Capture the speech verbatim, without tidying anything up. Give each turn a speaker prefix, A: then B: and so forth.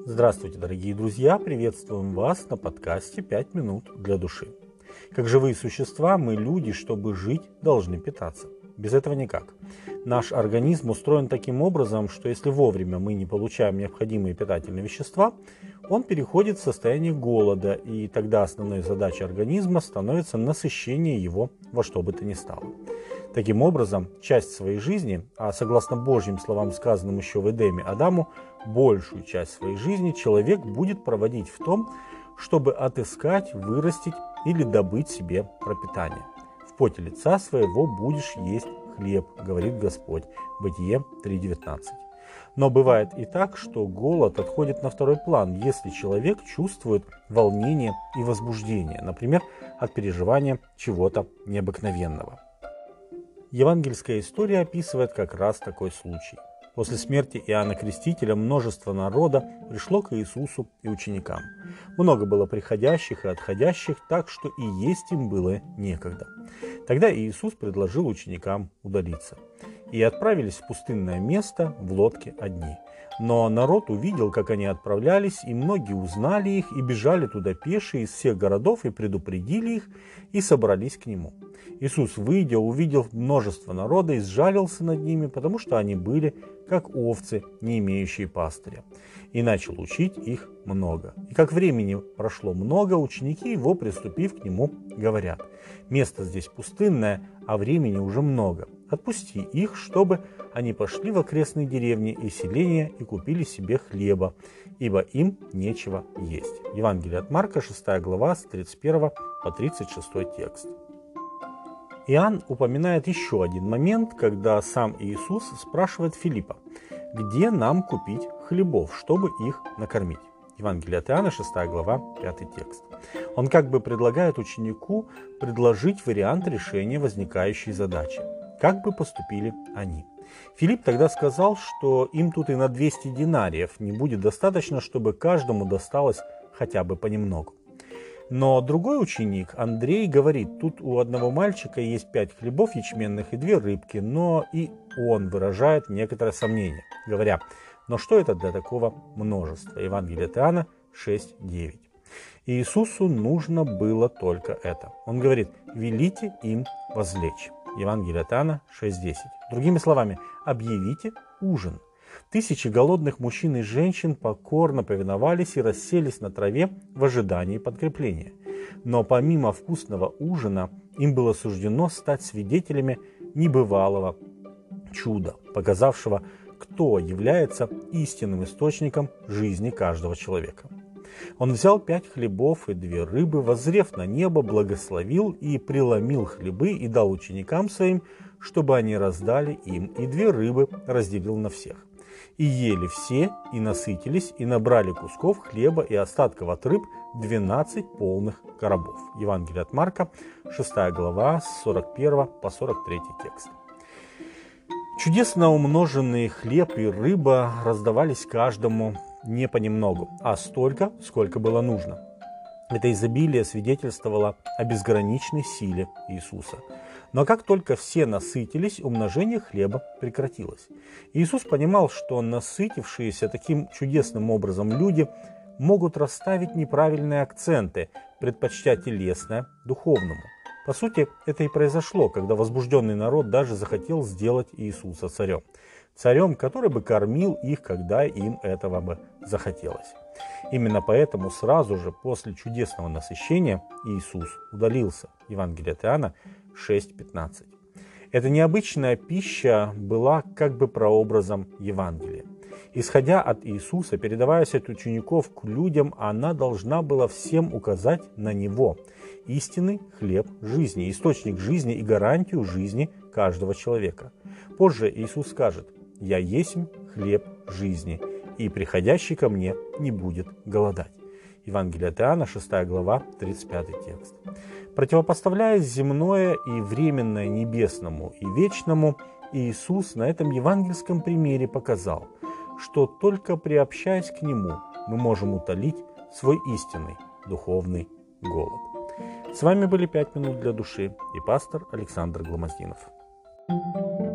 A: Здравствуйте, дорогие друзья! Приветствуем вас на подкасте «пять минут для души». Как живые существа, мы, люди, чтобы жить, должны питаться. Без этого никак. Наш организм устроен таким образом, что если вовремя мы не получаем необходимые питательные вещества, он переходит в состояние голода, и тогда основной задачей организма становится насыщение его во что бы то ни стало. Таким образом, часть своей жизни, а согласно Божьим словам, сказанным еще в Эдеме Адаму, большую часть своей жизни человек будет проводить в том, чтобы отыскать, вырастить или добыть себе пропитание. В поте лица своего будешь есть хлеб, говорит Господь. Бытие три девятнадцать. Но бывает и так, что голод отходит на второй план, если человек чувствует волнение и возбуждение, например, от переживания чего-то необыкновенного. Евангельская история описывает как раз такой случай. После смерти Иоанна Крестителя множество народа пришло к Иисусу и ученикам. Много было приходящих и отходящих, так что и есть им было некогда. Тогда Иисус предложил ученикам удалиться. И отправились в пустынное место в лодке одни. Но народ увидел, как они отправлялись, и многие узнали их, и бежали туда пешие из всех городов, и предупредили их, и собрались к нему. Иисус, выйдя, увидел множество народа и сжалился над ними, потому что они были, как овцы, не имеющие пастыря. И начал учить их много. И как времени прошло много, ученики его, приступив к нему, говорят: «Место здесь пустынное, а времени уже много. Отпусти их, чтобы они пошли в окрестные деревни и селения и купили себе хлеба, ибо им нечего есть». Евангелие от Марка, шестая глава, с тридцать первого по тридцать шестой текст. Иоанн упоминает еще один момент, когда сам Иисус спрашивает Филиппа: «Где нам купить хлебов, чтобы их накормить?» Евангелие от Иоанна, шестая глава, пятый текст. Он как бы предлагает ученику предложить вариант решения возникающей задачи. Как бы поступили они? Филипп тогда сказал, что им тут и на двести динариев не будет достаточно, чтобы каждому досталось хотя бы понемногу. Но другой ученик, Андрей, говорит: тут у одного мальчика есть пять хлебов ячменных и две рыбки, но и он выражает некоторое сомнение, говоря: но что это для такого множества? Евангелие от Иоанна шесть девять. Иисусу нужно было только это. Он говорит: велите им возлечь. Евангелие от Иоанна шесть десять. Другими словами, объявите ужин. Тысячи голодных мужчин и женщин покорно повиновались и расселись на траве в ожидании подкрепления. Но помимо вкусного ужина, им было суждено стать свидетелями небывалого чуда, показавшего, кто является истинным источником жизни каждого человека. Он взял пять хлебов и две рыбы, воззрев на небо, благословил и преломил хлебы и дал ученикам своим, чтобы они раздали им, и две рыбы разделил на всех. И ели все, и насытились, и набрали кусков хлеба и остатков от рыб двенадцать полных коробов. Евангелие от Марка, шестая глава, с сорок первого по сорок третий текст. Чудесно умноженные хлеб и рыба раздавались каждому не понемногу, а столько, сколько было нужно. Это изобилие свидетельствовало о безграничной силе Иисуса. Но как только все насытились, умножение хлеба прекратилось. Иисус понимал, что насытившиеся таким чудесным образом люди могут расставить неправильные акценты, предпочтя телесное духовному. По сути, это и произошло, когда возбужденный народ даже захотел сделать Иисуса царем. Царем, который бы кормил их, когда им этого бы захотелось. Именно поэтому сразу же после чудесного насыщения Иисус удалился. Евангелие от Иоанна шесть пятнадцать. Эта необычная пища была как бы прообразом Евангелия. Исходя от Иисуса, передаваясь от учеников к людям, она должна была всем указать на Него. Истинный хлеб жизни, источник жизни и гарантию жизни каждого человека. Позже Иисус скажет: «Я есть хлеб жизни, и приходящий ко мне не будет голодать». Евангелие от Иоанна, шестая глава, тридцать пятый текст. Противопоставляя земное и временное небесному и вечному, Иисус на этом евангельском примере показал, что только приобщаясь к Нему, мы можем утолить свой истинный духовный голод. С вами были «пять минут для души» и пастор Александр Гломоздинов.